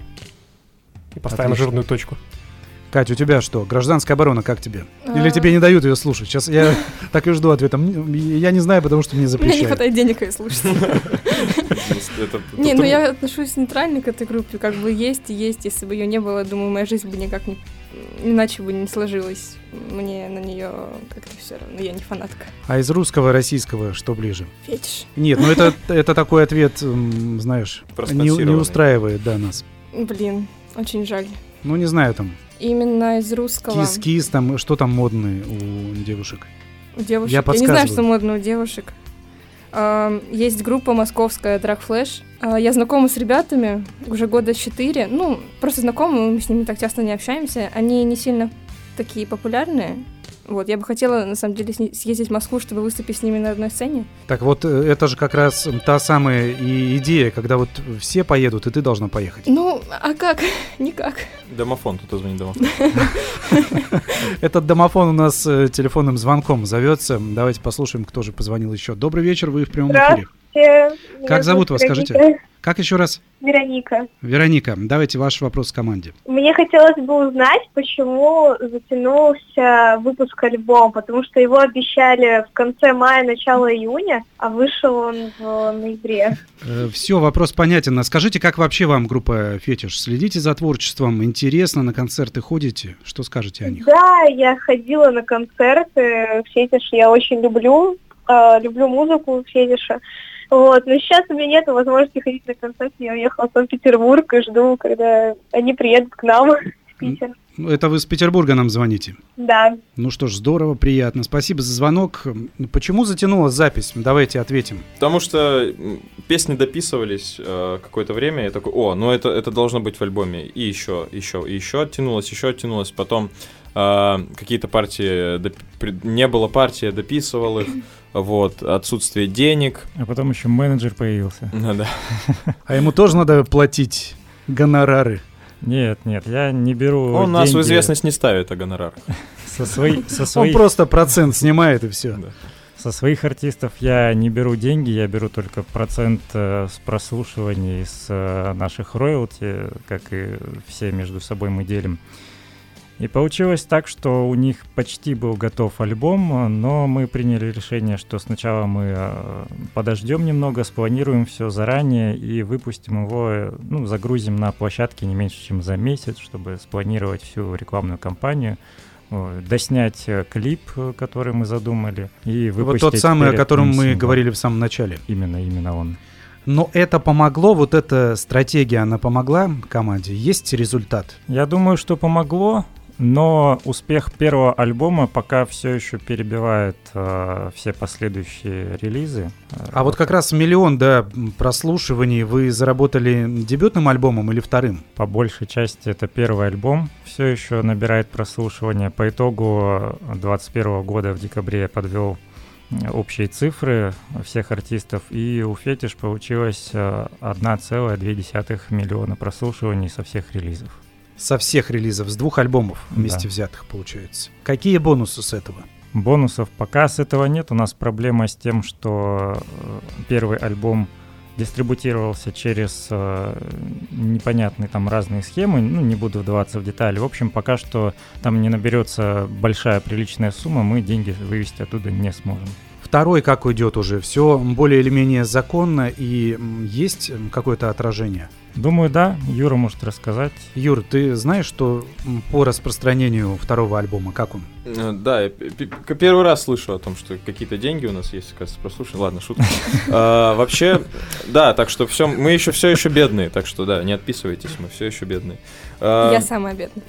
И поставим Отлично. Жирную точку. Катя, у тебя что? «Гражданская оборона» как тебе? Или тебе не дают ее слушать? Сейчас я так и жду ответа. Я не знаю, потому что мне запрещают. Мне не хватает денег ее слушать. Не, ну я отношусь нейтрально к этой группе. Как бы есть и есть. Если бы ее не было, думаю, моя жизнь бы никак не... Иначе бы не сложилось. Мне на нее как-то все равно. Я не фанатка. А из русского, российского что ближе? Фетиш. Нет, ну это, это такой ответ, знаешь, не, не устраивает, да, нас. Блин, очень жаль. Ну, не знаю, там... Именно из русского... Кис-кис, там, что там модное у девушек? У девушек? Я, я не знаю, что модно у девушек. Uh, есть группа московская Drag Flash. Uh, я знакома с ребятами уже года четыре. Ну, просто знакомы, мы с ними так часто не общаемся. Они не сильно такие популярные. Вот, я бы хотела, на самом деле, съездить в Москву, чтобы выступить с ними на одной сцене. Так вот, это же как раз та самая и идея, когда вот все поедут, и ты должна поехать. Ну, а как? Никак. Домофон, кто-то звонит, домофон. Этот домофон у нас телефонным звонком зовется. Давайте послушаем, кто же позвонил еще. Добрый вечер, вы в прямом эфире. Здравствуйте. Меня Как зовут вас, Вероника. скажите? Как еще раз? Вероника. Вероника, давайте ваш вопрос команде. Мне хотелось бы узнать, почему затянулся выпуск альбома, потому что его обещали в конце мая, начало июня, а вышел он в ноябре. Э, все, вопрос понятен. А скажите, как вообще вам группа «Фетиш»? Следите за творчеством? Интересно? На концерты ходите? Что скажете о них? Да, я ходила на концерты Фетиш, я очень люблю, э, люблю музыку Фетиша. Вот, но сейчас у меня нет возможности ходить на концерт. Я уехала в Санкт-Петербург и жду, когда они приедут к нам в Питер. Ну, это вы с Петербурга нам звоните? Да. Ну что ж, здорово, приятно. Спасибо за звонок. Почему затянулась запись? Давайте ответим. Потому что песни дописывались э, какое-то время, я такой, о, ну это, это должно быть в альбоме. И еще, еще, и еще оттянулось, еще оттянулось. Потом э, какие-то партии, доп... не было партий, я дописывал их. Вот, отсутствие денег. А потом еще менеджер появился. Ну, да. А ему тоже надо платить гонорары? Нет, нет, я не беру Он деньги. нас в известность не ставит о гонорарах. Со, свои, со своих... Он просто процент снимает и все. Да. Со своих артистов я не беру деньги, я беру только процент э, с прослушиваний, с э, наших роялти, как и все между собой мы делим. И получилось так, что у них почти был готов альбом, но мы приняли решение, что сначала мы э, подождем немного, спланируем все заранее и выпустим его, э, ну, загрузим на площадке не меньше, чем за месяц, чтобы спланировать всю рекламную кампанию, э, доснять э, клип, э, который мы задумали, и выпустить. Вот тот самый, о котором мы сингл. говорили в самом начале. Именно, именно он. Но это помогло, вот эта стратегия, она помогла команде? Есть результат? Я думаю, что помогло. Но успех первого альбома пока все еще перебивает э, все последующие релизы. А вот как раз миллион, да, прослушиваний вы заработали дебютным альбомом или вторым? По большей части это первый альбом. Все еще набирает прослушивания. По итогу двадцать первого года в декабре я подвел общие цифры всех артистов, и у Фетиш получилось одна целая две десятых миллиона прослушиваний со всех релизов. Со всех релизов, с двух альбомов вместе Да. взятых, получается. Какие бонусы с этого? Бонусов пока с этого нет. У нас проблема с тем, что первый альбом дистрибутировался через э, непонятные там разные схемы. Ну, не буду вдаваться в детали. В общем, пока что там не наберется большая приличная сумма, мы деньги вывести оттуда не сможем. Второй как уйдет уже? Все более или менее законно и есть какое-то отражение? Думаю, да. Юра может рассказать. Юр, ты знаешь, что по распространению второго альбома, как он? Да, я первый раз слышу о том, что какие-то деньги у нас есть, кажется, прослушай. Ладно, шутка. а, вообще, да, так что все, мы еще все еще бедные, так что да, не отписывайтесь, мы все еще бедные. А, Я самая бедная.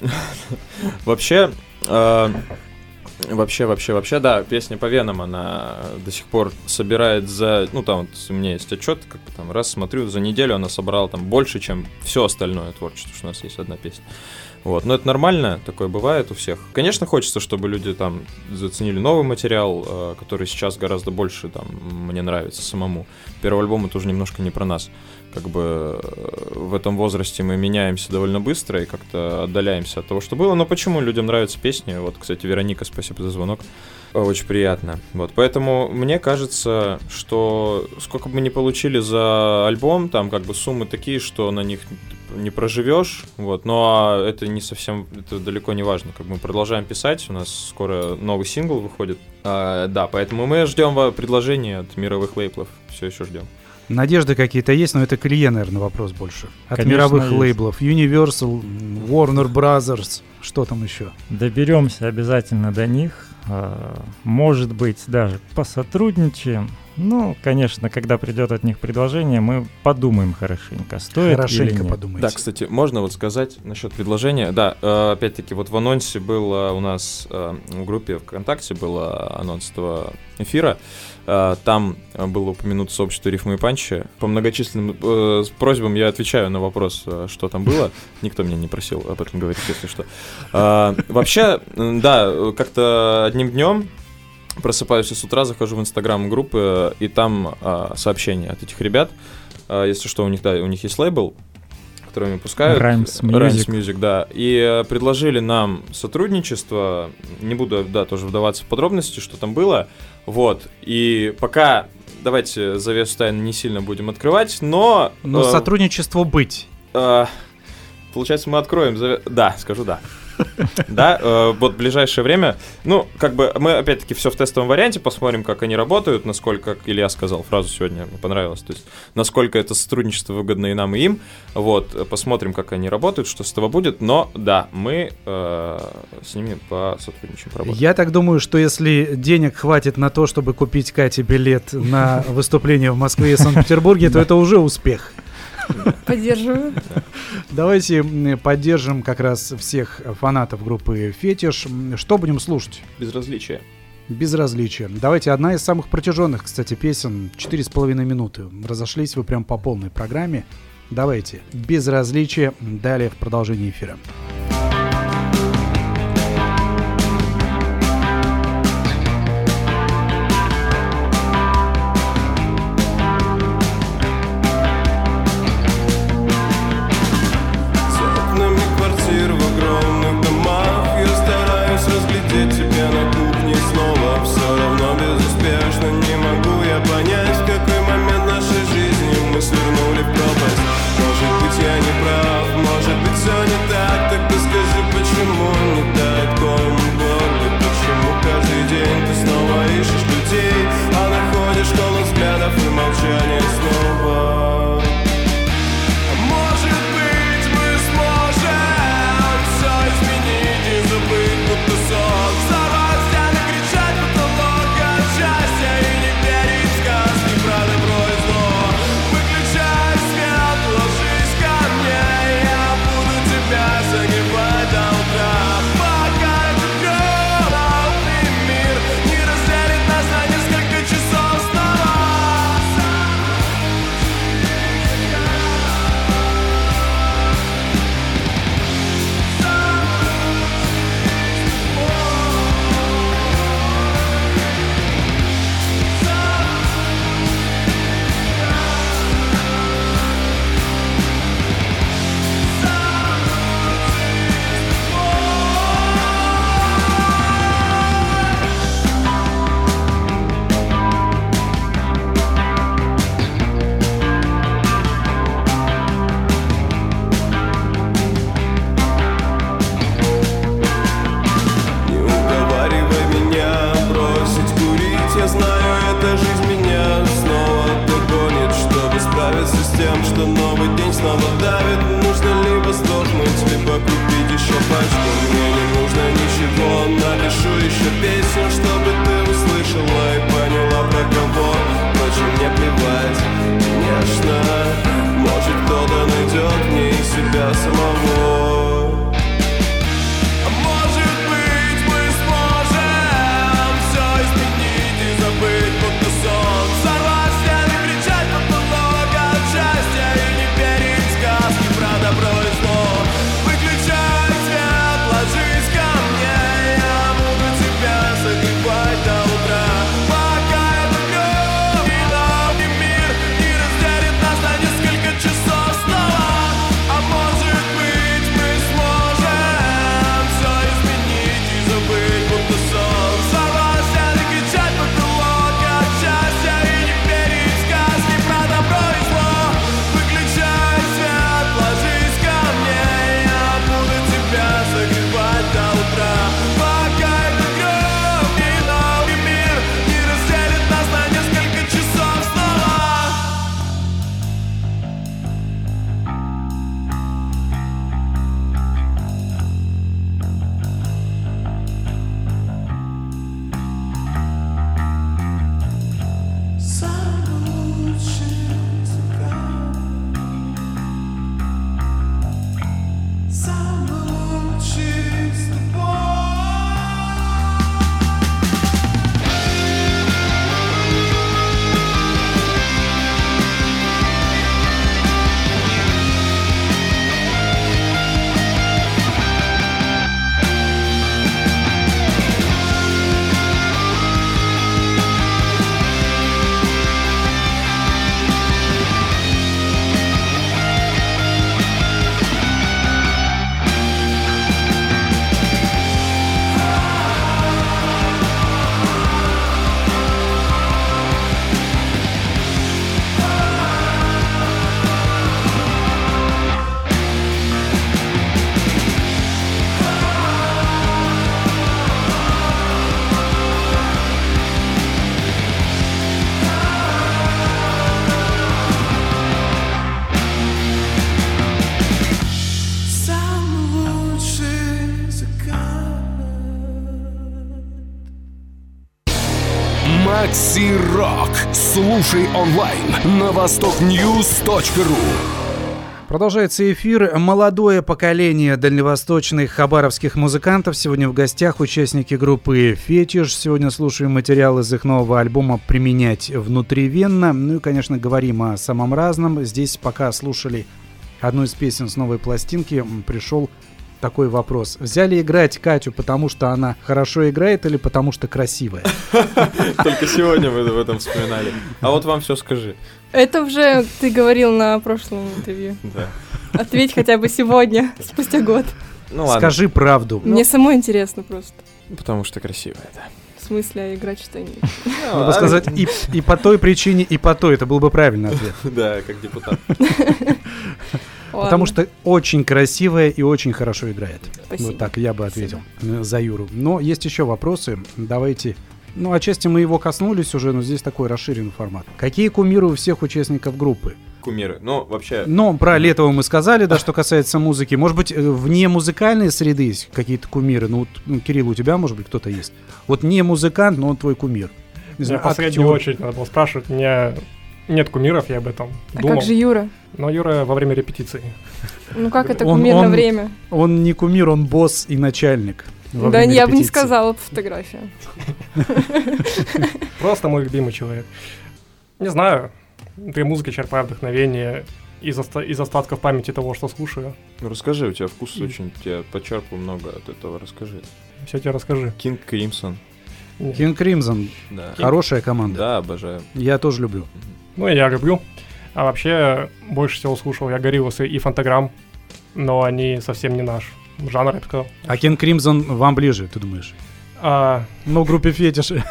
Вообще, а, вообще, вообще, вообще, да, песня по венам, она до сих пор собирает за, ну там вот у меня есть отчет, как бы там раз смотрю, за неделю она собрала там больше, чем все остальное творчество, что у нас есть одна песня. Вот, но это нормально, такое бывает у всех. Конечно, хочется, чтобы люди там заценили новый материал, э, который сейчас гораздо больше там мне нравится самому. Первый альбом это уже немножко не про нас. Как бы э, в этом возрасте мы меняемся довольно быстро и как-то отдаляемся от того, что было. Но почему людям нравятся песни? Вот, кстати, Вероника, спасибо за звонок. Очень приятно. Вот, поэтому мне кажется, что сколько бы мы ни получили за альбом, там как бы суммы такие, что на них не проживешь, вот, но это не совсем, это далеко не важно, как бы мы продолжаем писать, у нас скоро новый сингл выходит, а, да, поэтому мы ждем предложения от мировых лейблов, все еще ждем. Надежды какие-то есть, но это к Илье, наверное, вопрос больше. От Конечно, мировых есть. лейблов, Universal, Warner Brothers, что там еще? Доберемся обязательно до них. Может быть, даже посотрудничаем. Ну, конечно, когда придет от них предложение, мы подумаем хорошенько, стоит Хорошенько или нет. подумайте. Да, кстати, можно вот сказать насчет предложения. Да, э, опять-таки, вот в анонсе было у нас э, в группе ВКонтакте был анонс этого эфира. Э, там было упомянуто сообщество «Рифмы и панчи». По многочисленным э, просьбам я отвечаю на вопрос, что там было. Никто меня не просил об этом говорить, если что. Э, вообще, да, как-то одним днем просыпаюсь с утра, захожу в инстаграм группы, и там а, сообщения от этих ребят. А, если что, у них, да, у них есть лейбл, который они выпускают. Rhymes Music. Rhymes Music, да. И а, предложили нам сотрудничество. Не буду, да, тоже вдаваться в подробности, что там было. Вот. И пока давайте завесу тайны не сильно будем открывать, но... Но э, сотрудничество быть. Э, получается, мы откроем... Заве... Да, скажу да. Да, э, вот в ближайшее время, ну, как бы мы опять-таки все в тестовом варианте, посмотрим, как они работают, насколько, как Илья сказал фразу сегодня, мне понравилось, то есть насколько это сотрудничество выгодно и нам, и им, вот, посмотрим, как они работают, что с этого будет, но да, мы э, с ними посотрудничаем, поработаем. Я так думаю, что если денег хватит на то, чтобы купить Кате билет на выступление в Москве и Санкт-Петербурге, то это уже успех. Поддерживаю. Давайте поддержим как раз всех фанатов группы «Фетиш». Что будем слушать? Безразличие. Безразличие. Давайте, одна из самых протяженных, кстати, песен. Четыре с половиной минуты. Разошлись вы прям по полной программе. Давайте. Безразличие. Далее в продолжении эфира. Свернули в пропасть. Может быть, я не прав, может быть, все не так, так Макси Рок. Слушай онлайн на восток ньюс точка ру. Продолжается эфир. Молодое поколение дальневосточных хабаровских музыкантов. Сегодня в гостях участники группы «Фетиш». Сегодня слушаем материал из их нового альбома «Применять внутривенно». Ну и, конечно, говорим о самом разном. Здесь, пока слушали одну из песен с новой пластинки, пришел такой вопрос. Взяли играть Катю, потому что она хорошо играет или потому что красивая? Только сегодня вы об этом вспоминали. А вот вам все скажи. Это уже ты говорил на прошлом интервью. Да. Ответь хотя бы сегодня, спустя год. Ну ладно. Скажи правду. Мне самой интересно просто. Потому что красивая, да. В смысле, а играть что-нибудь? Надо сказать и, и по той причине, и по той. Это был бы правильный ответ. Да, как депутат. Потому что очень красивая и очень хорошо играет. Спасибо. Вот так я бы ответил за Юру. Но есть еще вопросы. Давайте. Ну, отчасти мы его коснулись уже, но здесь такой расширенный формат. Какие кумиры у всех участников группы? Кумиры. Ну, вообще... Ну, про Летова мы сказали, да, что касается музыки. Может быть, вне музыкальной среды есть какие-то кумиры? Ну, вот, ну, Кирилл, у тебя, может быть, кто-то есть? Вот не музыкант, но он твой кумир. Не знаю, в последнюю очередь надо было спрашивать. У меня нет кумиров, я об этом а думал. А как же Юра? Но Юра во время репетиции. Ну, как это он, кумир он, на время? Он не кумир, он босс и начальник. Да, я бы не сказала по фотографии. Просто мой любимый человек. Не знаю, при музыке черпаю вдохновение из, оста- из остатков памяти того, что слушаю. Ну расскажи, у тебя вкус mm. очень, я почерпаю много от этого, расскажи. Все тебе расскажи. King Crimson. King Crimson, да. Хорошая команда. Да, обожаю. Я тоже люблю. Ну, я люблю. А вообще, больше всего слушал я Гориллас и Фантаграм, но они совсем не наш жанр, я бы сказал. А King Crimson вам ближе, ты думаешь? А... Ну, группе Фетиши.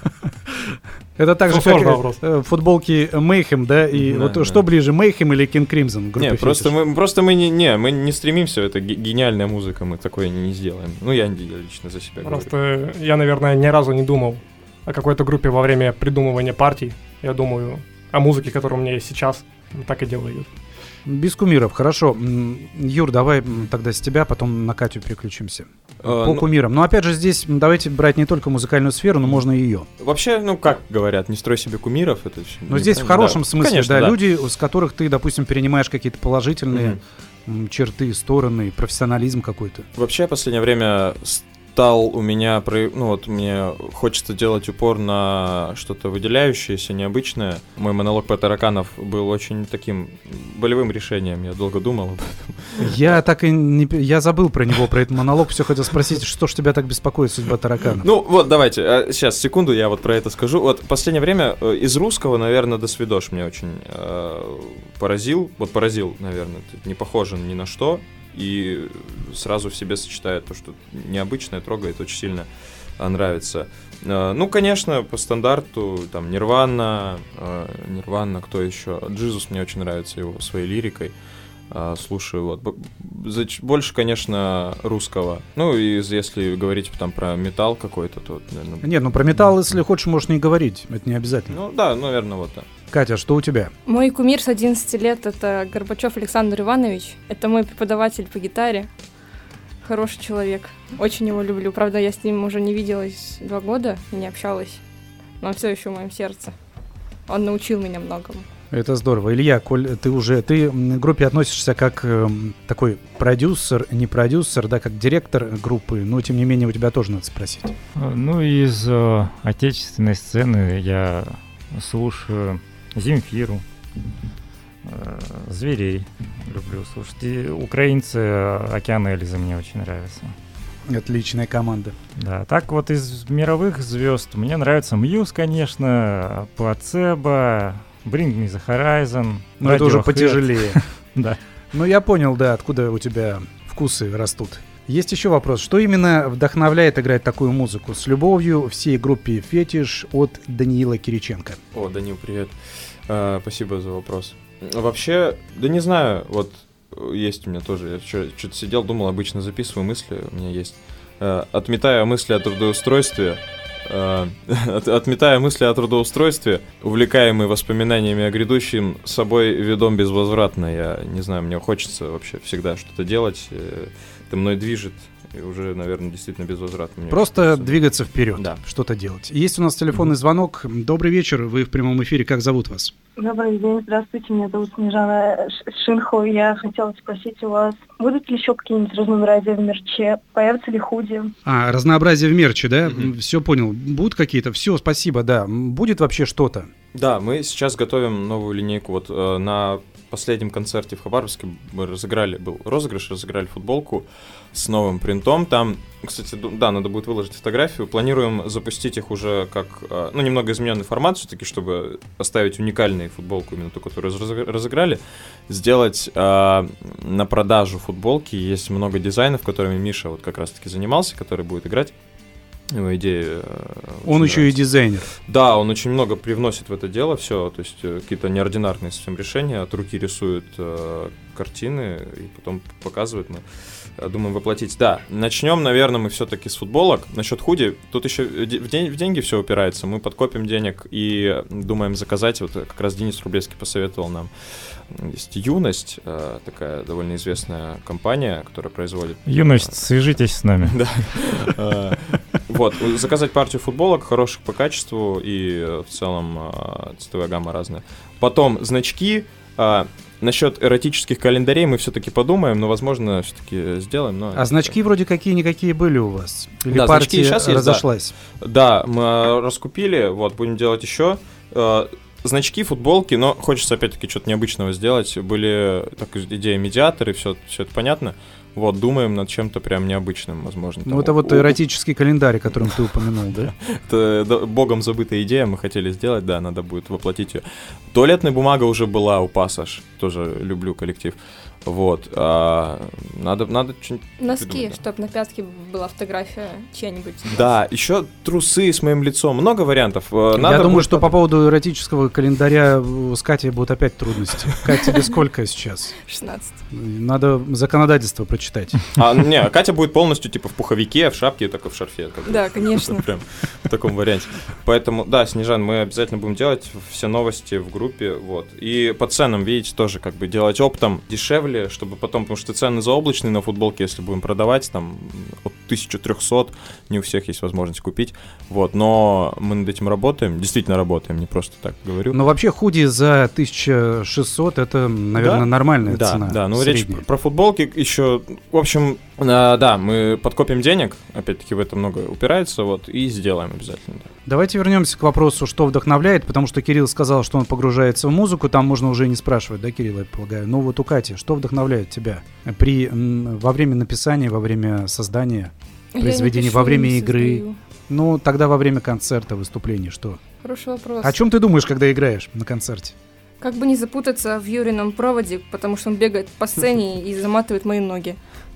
Это так же, как футболки Mayhem, да? И вот что ближе, Mayhem или King Crimson? Не, просто мы просто мы не, не, мы не стремимся, это гениальная музыка, мы такое не сделаем. Ну, я лично за себя говорю. Просто я, наверное, ни разу не думал о какой-то группе во время придумывания партий. Я думаю о музыке, которая у меня есть сейчас. Так и делаю. Без кумиров, хорошо. Юр, давай тогда с тебя, потом на Катю переключимся. А, По ну, кумирам. Но опять же здесь давайте брать не только музыкальную сферу, но можно и ее. Вообще, ну как говорят, не строй себе кумиров. Это но здесь в хорошем да. смысле, Конечно, да, да, люди, с которых ты, допустим, перенимаешь какие-то положительные mm-hmm. черты, стороны, профессионализм какой-то. Вообще, в последнее время стал у меня, ну вот мне хочется делать упор на что-то выделяющееся, необычное. Мой монолог про тараканов был очень таким болевым решением, я долго думал об этом. Я так и не... Я забыл про него, про этот монолог, все хотел спросить, что ж тебя так беспокоит, судьба тараканов? Ну вот, давайте, сейчас, секунду, я вот про это скажу. Вот в последнее время из русского, наверное, «До свидос» меня очень э, поразил, вот поразил, наверное, не похоже ни на что. И сразу в себе сочетает то, что необычное, трогает, очень сильно нравится. Ну, конечно, по стандарту, там, Нирвана, Нирвана, кто еще? Джизус мне очень нравится его своей лирикой. Слушаю, вот. Больше, конечно, русского. Ну, и если говорить там про металл какой-то, то, наверное... Нет, ну про металл, если хочешь, можешь не говорить, это не обязательно. Ну, да, наверное, вот так. Катя, что у тебя? Мой кумир с одиннадцати лет — это Горбачев Александр Иванович. Это мой преподаватель по гитаре. Хороший человек. Очень его люблю. Правда, я с ним уже не виделась два года и не общалась. Но он все еще в моем сердце. Он научил меня многому. Это здорово. Илья, коль ты уже, ты к группе относишься как э, такой продюсер, не продюсер, да, как директор группы, но тем не менее у тебя тоже надо спросить. Ну, из э, отечественной сцены я слушаю Земфиру, э, Зверей люблю слушать. И украинцы Океан Эльзы мне очень нравятся. Отличная команда. Да, так вот из мировых звезд мне нравится Мьюз, конечно, Плацебо, Bring Me The Horizon. Но это уже потяжелее. Да. Ну, я понял, да, откуда у тебя вкусы растут. Есть еще вопрос. Что именно вдохновляет играть такую музыку? С любовью всей группе «Фетиш» от Даниила Кириченко. О, Данил, привет. А, спасибо за вопрос. Вообще, да не знаю, вот есть у меня тоже, я что-то сидел, думал, обычно записываю мысли, у меня есть. А, отметая мысли о трудоустройстве, Э, от, отметая мысли о трудоустройстве, увлекаемый воспоминаниями о грядущем, собой ведом безвозвратно. Я не знаю, мне хочется вообще всегда что-то делать. э, Это мной движет. И уже, наверное, действительно безвозвратно. Просто кажется. двигаться вперед, Да. что-то делать. Есть у нас телефонный звонок. Добрый вечер, вы в прямом эфире. Как зовут вас? Добрый день, здравствуйте, меня зовут Снежана Ш- Шинхо. Я хотела спросить у вас, будут ли еще какие-нибудь разнообразия в мерче? Появятся ли худи? А, разнообразие в мерче, да? Мгм. Все понял. Будут какие-то? Все, спасибо, да. Будет вообще что-то? Да, мы сейчас готовим новую линейку. Вот э, на последнем концерте в Хабаровске мы разыграли, был розыгрыш, разыграли футболку с новым принтом. Там, кстати, ду- да, надо будет выложить фотографию. Планируем запустить их уже как, э, ну, немного измененный формат все-таки, чтобы оставить уникальную футболку, именно ту, которую разыг- разыграли. Сделать э, на продажу футболки. Есть много дизайнов, которыми Миша вот как раз-таки занимался, который будет играть. Его идеи. э, Он очень еще и нравятся. дизайнер. Да, он очень много привносит в это дело, все, то есть э, какие-то неординарные совсем решения, от руки рисует э, картины и потом показывает, мы э, думаем воплотить. Да, начнем, наверное, мы все-таки с футболок. Насчет худи, тут еще в, день, в деньги все упирается, мы подкопим денег и думаем заказать, вот как раз Денис Рублевский посоветовал нам, есть «Юность», э, такая довольно известная компания, которая производит... Юность, свяжитесь с нами. Да. Э, Вот, заказать партию футболок, хороших по качеству и э, в целом э, цветовая гамма разная. Потом значки. э, Насчет эротических календарей мы все-таки подумаем, но, возможно, все-таки сделаем. Но А значки вроде какие-никакие были у вас? Или Да, значки партия сейчас есть, да. разошлась? Да, мы э, раскупили, вот, будем делать еще. Э, Значки, футболки, но хочется опять-таки что-то необычного сделать. Были так, идея медиаторы, все, все это понятно. Вот, думаем над чем-то прям необычным, возможно. Ну, там, это вот у- эротический календарь, о котором ты упомянул, да? Это да, богом забытая идея, мы хотели сделать, да, надо будет воплотить ее. Туалетная бумага уже была у Пассаж, тоже люблю коллектив. Вот, а, надо, надо что-нибудь Носки, придумать, да. чтобы на пятке была фотография чья-нибудь. Да, еще трусы с моим лицом, много вариантов. Э, Надо Я думаю, будет что по под- поводу эротического календаря э, с Катей будут опять трудности. Катя, тебе сколько сейчас? шестнадцать. Надо законодательство прочитать. А, не, Катя будет полностью типа в пуховике, в шапке и только в шарфе. как бы. Да, конечно. Прям в таком варианте. Поэтому, да, Снежан, мы обязательно будем делать все новости в группе, вот. И по ценам, видите, тоже как бы делать оптом дешевле, чтобы потом, потому что цены заоблачные на футболке, если будем продавать, там, от тысяча триста, не у всех есть возможность купить, вот. Но мы над этим работаем, действительно работаем, не просто так говорю. Но вообще худи за тысяча шестьсот это, наверное, Да? нормальная Да, цена. да, ну речь средняя. про футболки еще, в общем, э, да, мы подкопим денег, опять-таки в это много упирается, вот, и сделаем обязательно. Да. Давайте вернемся к вопросу, что вдохновляет, потому что Кирилл сказал, что он погружается в музыку, там можно уже и не спрашивать, да, Кирилл, я полагаю. Ну вот у Кати, что вдохновляет тебя при, м, во время написания, во время создания Я не произведения, пишу, во время не игры? создаю. Ну, тогда во время концерта, выступления, что? Хороший вопрос. О чем ты думаешь, когда играешь на концерте? Как бы не запутаться в Юрином проводе, потому что он бегает по сцене и заматывает мои ноги.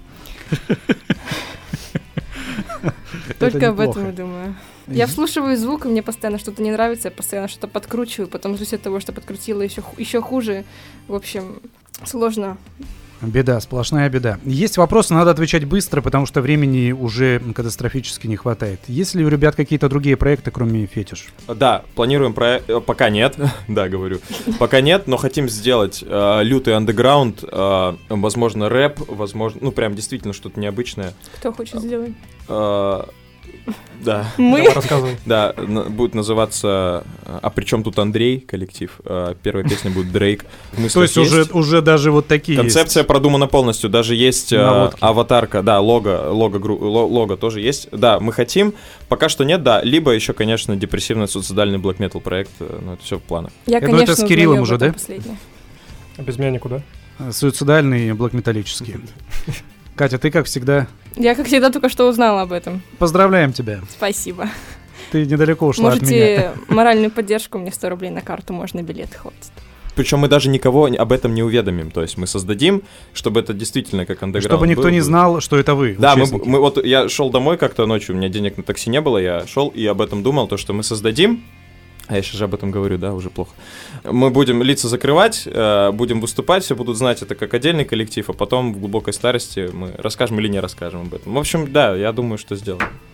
Только об этом и думаю. Я вслушиваю звук, и мне постоянно что-то не нравится, я постоянно что-то подкручиваю, потом злюсь от того, что подкрутила еще, еще хуже. В общем, сложно. Беда, сплошная беда. Есть вопросы, надо отвечать быстро, потому что времени уже катастрофически не хватает. Есть ли у ребят какие-то другие проекты, кроме «Фетиш»? Да, планируем про... э, Пока нет, да, говорю. Пока нет, но хотим сделать э, лютый андеграунд, э, возможно, рэп, возможно, ну, прям действительно что-то необычное. Кто хочет сделать? Э, Да. Мы? Давай рассказывай. Да, на- будет называться «А при чем тут Андрей?» коллектив. Э, Первая песня будет «Дрейк». В мыслях То есть уже, уже даже вот такие Концепция есть. продумана полностью. Даже есть э, Наводки. аватарка, да, лого, лого, гру- ло- лого тоже есть. Да, мы хотим. Пока что нет, да. Либо еще, конечно, депрессивно-суицидальный black metal проект. э, Но это все в планах. Я, думаю, конечно, это с Кириллом узнаю уже, об этом да? последнее. Без меня никуда. Суицидальные, блокметаллические. Катя, ты, как всегда, Я, как всегда, только что узнала об этом. поздравляем тебя. Спасибо. Ты недалеко ушла от меня. Можете моральную поддержку, мне сто рублей на карту, можно билет хватит. Причем мы даже никого об этом не уведомим. То есть мы создадим, чтобы это действительно как андеграунд Чтобы никто был, не был. знал, что это вы, Да, мы, участники. мы вот я шел домой как-то ночью, у меня денег на такси не было, я шел и об этом думал, то, что мы создадим. А я сейчас же об этом говорю, да, уже плохо. Мы будем лица закрывать, э, будем выступать, все будут знать это как отдельный коллектив, а потом в глубокой старости мы расскажем или не расскажем об этом. В общем, да, я думаю, что сделаем.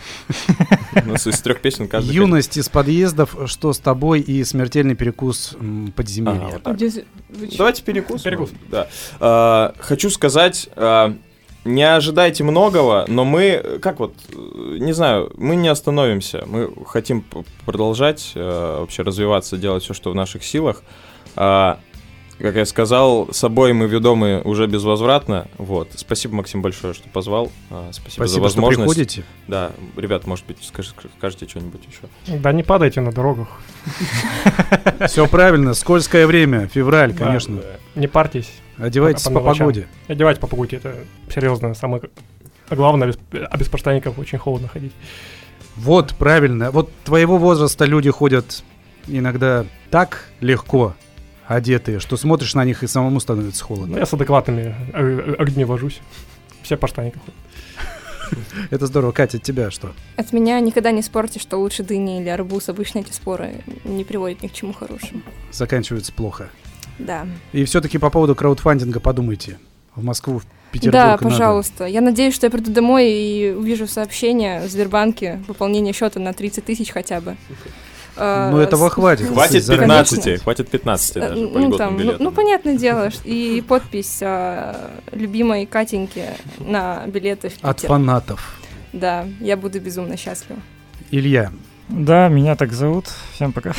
У нас из трех песен каждый... Юность из подъездов, что с тобой и смертельный перекус м, подземелья. Ага, вот давайте перекус. Перекус. Да. А, хочу сказать, а, не ожидайте многого, но мы, как вот, не знаю, мы не остановимся. Мы хотим продолжать а, вообще развиваться, делать все, что в наших силах. А, Как я сказал, собой мы ведомы уже безвозвратно. Вот. Спасибо, Максим, большое, что позвал. Спасибо, Спасибо за возможность. Что приходите. Да, ребят, может быть, скажите, скажете что-нибудь еще. Да не падайте на дорогах. Все правильно, скользкое время, февраль, конечно. Не парьтесь. Одевайтесь по погоде. Одевайтесь по погоде, это серьезно, самое главное, а без подштанников очень холодно ходить. Вот, правильно. Вот твоего возраста люди ходят иногда так легко одетые, что смотришь на них и самому становится холодно. Ну, я с адекватными огнями вожусь. Все по штаниках. Это здорово. Катя, от тебя что? От меня никогда не спорьте, что лучше дыни или арбуз. Обычно эти споры не приводят ни к чему хорошему. Заканчивается плохо. Да. И все-таки по поводу краудфандинга подумайте. В Москву, в Петербург Да, надо. пожалуйста. Я надеюсь, что я приду домой и увижу сообщение в Сбербанке, пополнение счета на тридцать тысяч хотя бы. Ну, этого хватит. Хватит пятнадцати, хватит пятнадцати даже по ну, там, ну, ну, понятное дело, и подпись а, любимой Катеньки на билеты в Питер. От фанатов. Да, я буду безумно счастлива. Илья. Да, меня так зовут. Всем пока.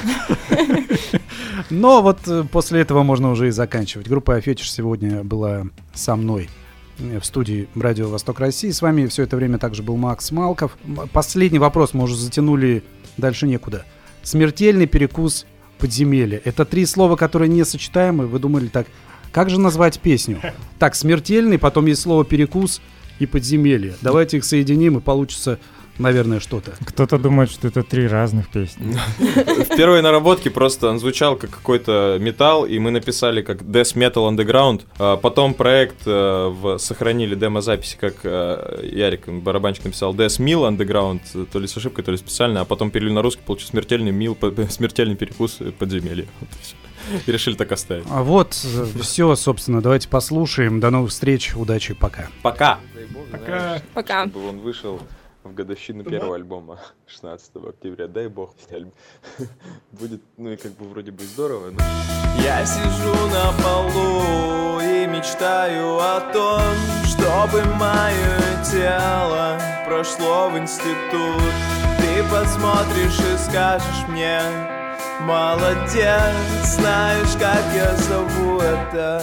Но вот после этого можно уже и заканчивать. Группа «Фетиш» сегодня была со мной в студии Радио Восток России. С вами все это время также был Макс Малков. Последний вопрос мы уже затянули. Дальше некуда. Смертельный перекус подземелья. Это три слова, которые несочетаемы. Вы думали так, как же назвать песню? Так, смертельный, потом есть слово перекус и подземелье. Давайте их соединим, и получится, наверное, что-то. Кто-то думает, что это три разных песни. В первой наработке просто он звучал как какой-то металл, и мы написали как Death Metal Underground. А потом проект э, в, сохранили демозаписи, как э, Ярик, барабанщик, написал Death Mill Underground, то ли с ошибкой, то ли специально, а потом перевели на русский, получился смертельный мил, смертельный перекус подземелья. Вот и все. И решили так оставить. А вот, все, собственно, давайте послушаем. До новых встреч, удачи, пока. Пока. Пока. Пока. Чтобы он вышел в годовщину первого альбома шестнадцатого октября. Дай бог. Будет, ну и как бы вроде бы здорово, но... Я сижу на полу и мечтаю о том, чтобы мое тело прошло в институт. Ты посмотришь и скажешь мне: молодец, знаешь, как я зову это.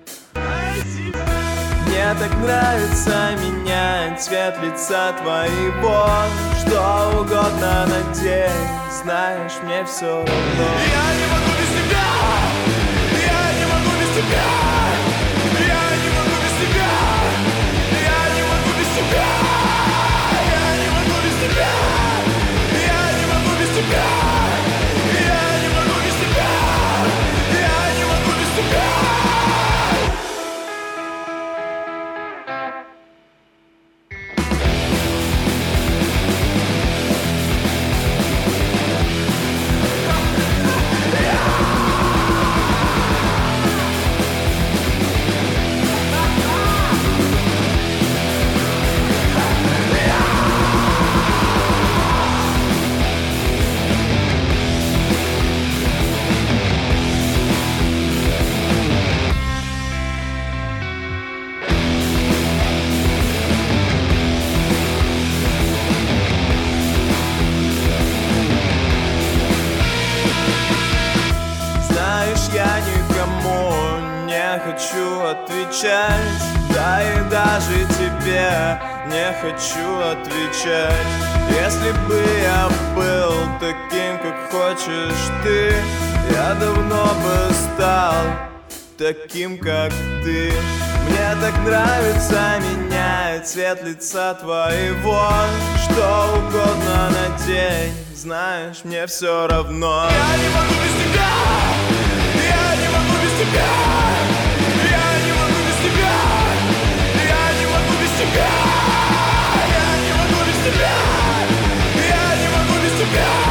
Мне так нравится менять цвет лица твоего. Что угодно надень, знаешь, мне все равно. Я не могу без тебя, я не могу без тебя, я не могу без тебя, я не могу без тебя, я не могу без тебя, я не могу без тебя, я не могу без тебя, я не могу без тебя. Отвечать, да и даже тебе не хочу отвечать. Если бы я был таким, как хочешь ты, я давно бы стал таким, как ты. Мне так нравится менять цвет лица твоего. Что угодно надень, знаешь, мне все равно. Я не могу без тебя, я не могу без тебя, я не могу без тебя, я не могу без тебя, я не могу без тебя, я не могу без тебя.